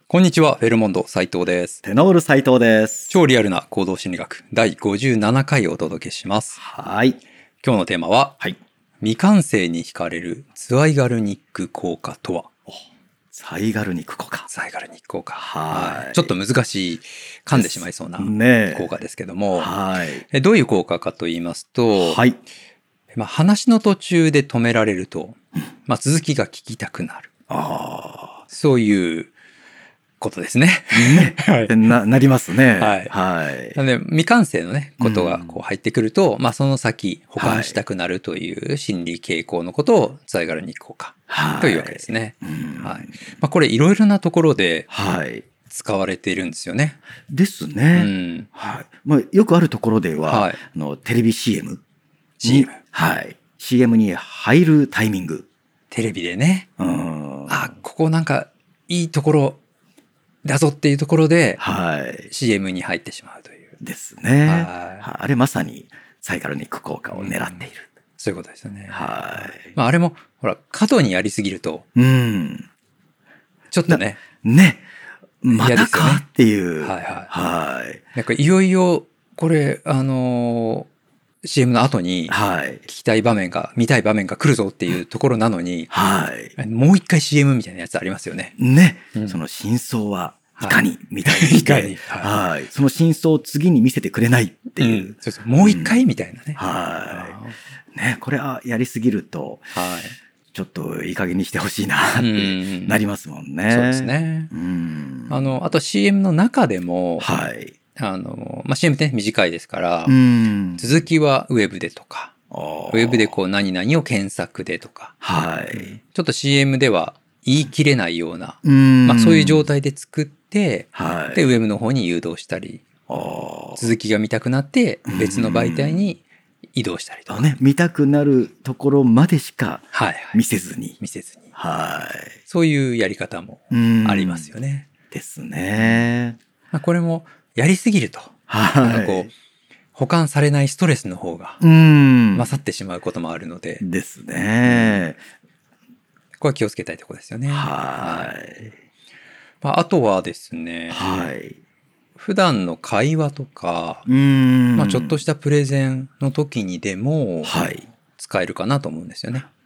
こんにちは、フェルモンド斉藤です。 テノール斉藤です。 超リアルな行動心理学第57回をお届けします。 はい。 今日のテーマは、 はい。 未完成に惹かれるツワイガルニック効果とは。 ツワイガルニック効果。 ツワイガルニック効果。 はい。 ちょっと難しい、噛んでしまいそうな効果ですけども、 はい。 どういう効果かと言いますと、 はい。 話の途中で止められると、続きが聞きたくなる。そういうことですね。 はい、なりますね。 はい。 はい。 なので、未完成のね、ことがこう入ってくると、その先、保管したくなるという心理傾向のことを、ツワイガルニック効果というわけですね。はい。これ、いろいろなところで使われているんですよね。 ですね。はい。よくあるところでは、テレビ CM に、はい。CM に入るタイミング。 テレビでね。ここなんか、いいところ、だぞっていうところで、CM に入ってしまうという。 ですね。あれまさにツワイガルニック効果を狙っている。 そういうことですよね。 はい。 あれも、ほら、過度にやりすぎると、ちょっとね。 またかっていう。 なんかいよいよ、これ、CM の後に、聞きたい場面が、見たい場面が来るぞっていうところなのに、もう一回 CM みたいなやつありますよね。 その真相はいかにみたいにして、その真相を次に見せてくれないっていう。 もう一回みたいなね。 これはやりすぎると、ちょっといい加減にしてほしいなってなりますもんね。 そうですね。あと CM の中でも、CM って短いですから、続きはウェブでとか、ウェブでこう何々を検索でとか、ちょっと CM では言い切れないような、そういう状態で作って、で、ウェブの方に誘導したり、続きが見たくなって別の媒体に移動したりとか。 見たくなるところまでしか見せずに。 そういうやり方もありますよね。 ですね。 これもやりすぎると、保管されないストレスの方が勝ってしまうこともあるので。 ですね。 これは気をつけたいところですよね。あとはですね、普段の会話とか、ちょっとしたプレゼンの時にでも使えるかなと思うんですよね。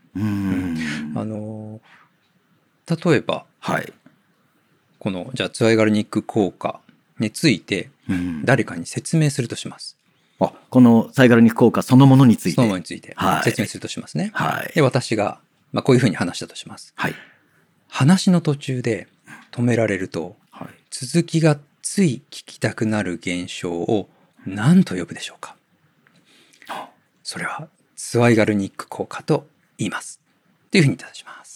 例えば、このじゃあツワイガルニック効果について誰かに説明するとします。 このツワイガルニック効果そのものについて。 そのものについて説明するとしますね。で、私がこういうふうに話したとします。話の途中で止められると、続きがつい聞きたくなる現象を何と呼ぶでしょうか。それはツワイガルニック効果と言います。というふうにいたします。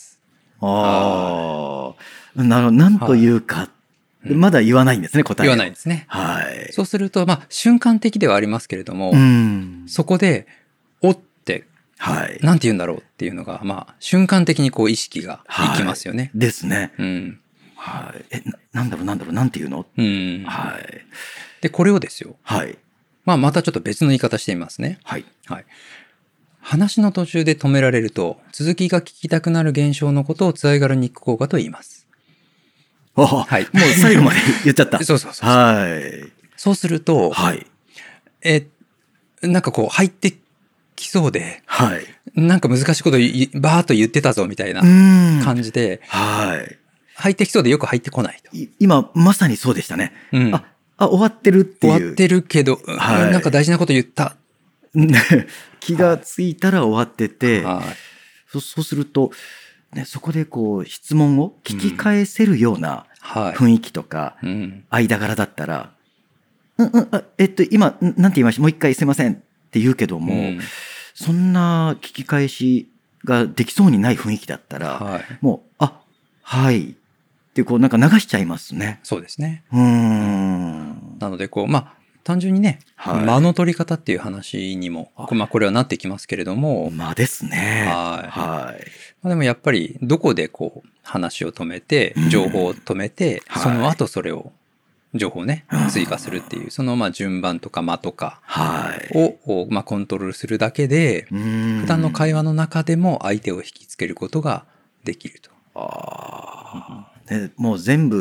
なんというか、まだ言わないんですね、答え。 言わないんですね。そうすると、瞬間的ではありますけれども、そこで、おって、なんて言うんだろうっていうのが、瞬間的にこう意識がいきますよね。 ですね。なんだろう、なんて言うの？ で、これをですよ。またちょっと別の言い方してみますね。話の途中で止められると、続きが聞きたくなる現象のことをツワイガルニック効果と言います。 もう最後まで言っちゃった。 そうすると、なんかこう入ってきそうで、なんか難しいことバーッと言ってたぞみたいな感じで、入ってきそうでよく入ってこないと。 今まさにそうでしたね。終わってるっていう。 終わってるけど、なんか大事なこと言った。 気がついたら終わってて、そうすると、そこでこう質問を聞き返せるような雰囲気とか間柄だったら、今なんて言いました？もう一回すいませんって言うけども、そんな聞き返しができそうにない雰囲気だったら、もうはいってこうなんか流しちゃいますね。 そうですね。なのでこう単純にね、間の取り方っていう話にも、これはなってきますけれども。 間ですね。 でもやっぱりどこでこう話を止めて、情報を止めて、その後それを、情報をね、追加するっていう、その順番とか間とかをコントロールするだけで、普段の会話の中でも相手を引きつけることができると。 もう全部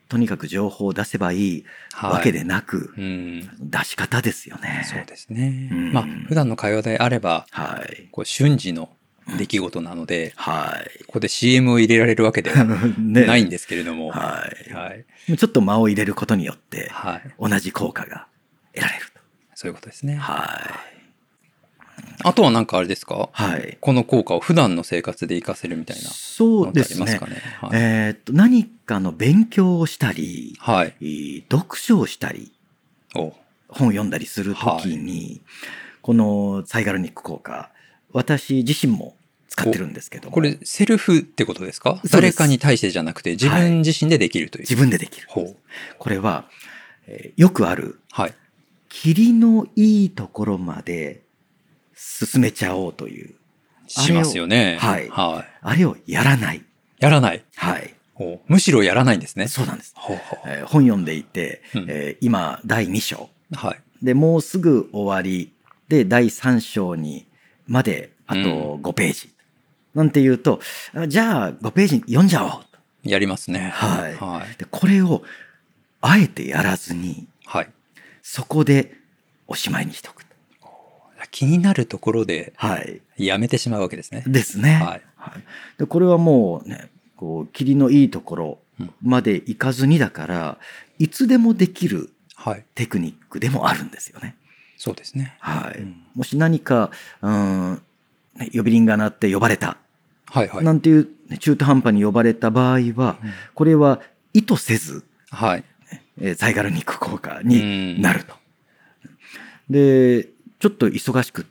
とにかく情報を出せばいいわけでなく、出し方ですよね。 そうですね。まあ普段の会話であれば、こう瞬時の出来事なので、ここで CM を入れられるわけではないんですけれども、 ちょっと間を入れることによって、同じ効果が得られると。 そういうことですね。あとは何かあれですか、この効果を普段の生活で活かせるみたいなのってありますかね。 何かの勉強をしたり、読書をしたり、本を読んだりするときに、このザイガルニック効果、私自身も使ってるんですけども。 これセルフってことですか？誰かに対してじゃなくて自分自身でできるという。 自分でできる。これは、よくある、霧のいいところまで進めちゃおうという。 しますよね。 あれをやらない。 やらない。むしろやらないんですね。 そうなんです。本読んでいて、今第2章。で、もうすぐ終わりで第3章にまであと5ページ。なんて言うと、じゃあ5ページ読んじゃおうと。 やりますね。 でこれをあえてやらずに、そこでおしまいにしておく。 気になるところでやめてしまうわけですね。 ですね。でこれはもうね、こう霧のいいところまで行かずにだから、いつでもできるテクニックでもあるんですよね。 そうですね。 もし何か、呼び鈴が鳴って呼ばれた、なんていう中途半端に呼ばれた場合は、これは意図せず、ザイガルニック効果になると。でちょっと忙しくって、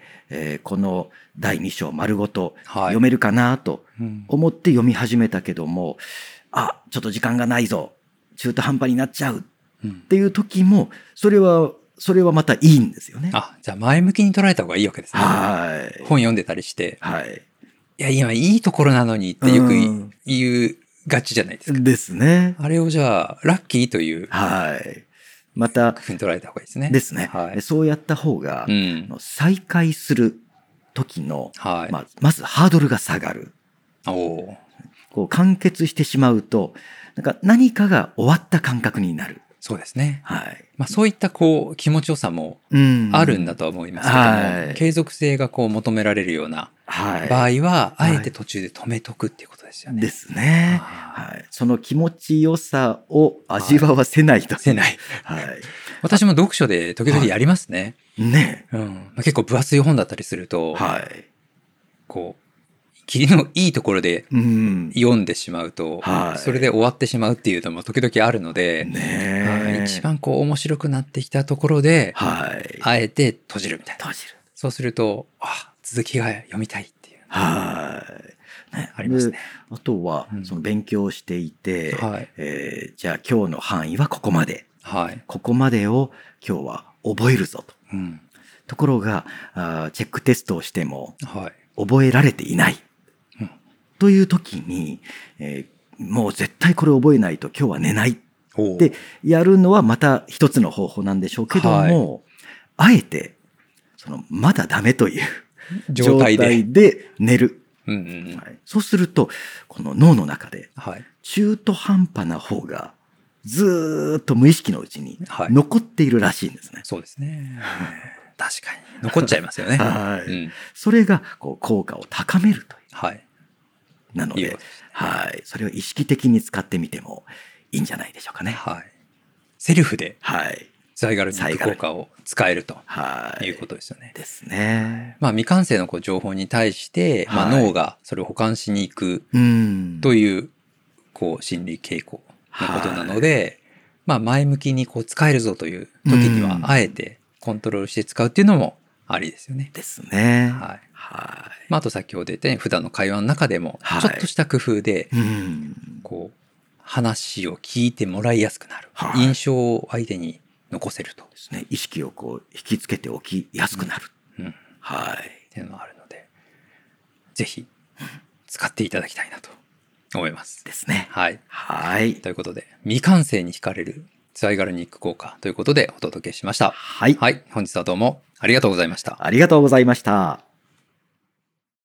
この第2章丸ごと読めるかなと思って読み始めたけども、ちょっと時間がないぞ、中途半端になっちゃうっていう時も、それはまたいいんですよね。 じゃあ前向きに捉えた方がいいわけですね。本読んでたりして、いや今いいところなのにってよく言うがちじゃないですか。 ですね。 あれをじゃあラッキーという。 また、 捉えた方がいいですね。 ですね。そうやった方が、再開する時の、まずハードルが下がる。こう完結してしまうと、何かが終わった感覚になる。 そうですね。そういったこう気持ちよさもあるんだとは思いますけども、継続性がこう求められるような場合は、あえて途中で止めとくっていうことですよね。 ですね。その気持ちよさを味わわせないと。 私も読書で時々やりますね。結構分厚い本だったりすると、こう霧のいいところで読んでしまうと、それで終わってしまうっていうのも時々あるので、一番こう面白くなってきたところで、あえて閉じるみたいな。そうすると、続きが読みたいっていう。ありますね。 あとは、その勉強していて、じゃあ今日の範囲はここまで。ここまでを今日は覚えるぞと。ところが、チェックテストをしても、覚えられていない。という時に、もう絶対これ覚えないと今日は寝ないってやるのはまた一つの方法なんでしょうけども、あえてまだダメという状態で寝る。そうするとこの脳の中で中途半端な方がずーっと無意識のうちに残っているらしいんですね。 そうですね。確かに残っちゃいますよね。 それがこう効果を高めるという。なので、それを意識的に使ってみてもいいんじゃないでしょうかね。 セルフでザイガルニック効果を使えるということですよね。 ですね。 未完成のこう情報に対して、脳がそれを補完しに行くというこう心理傾向のことなので、前向きにこう使えるぞという時にはあえてコントロールして使うっていうのもありですよね。 ですね。 あと先ほど言った普段の会話の中でもちょっとした工夫でこう話を聞いてもらいやすくなる、印象を相手に残せるとですね。意識をこう引きつけておきやすくなる。 っていうのがあるので、ぜひ使っていただきたいなと思います。 ですね。 ということで、未完成に惹かれるザイガルニック効果ということでお届けしました。本日はどうもありがとうございました。 ありがとうございました。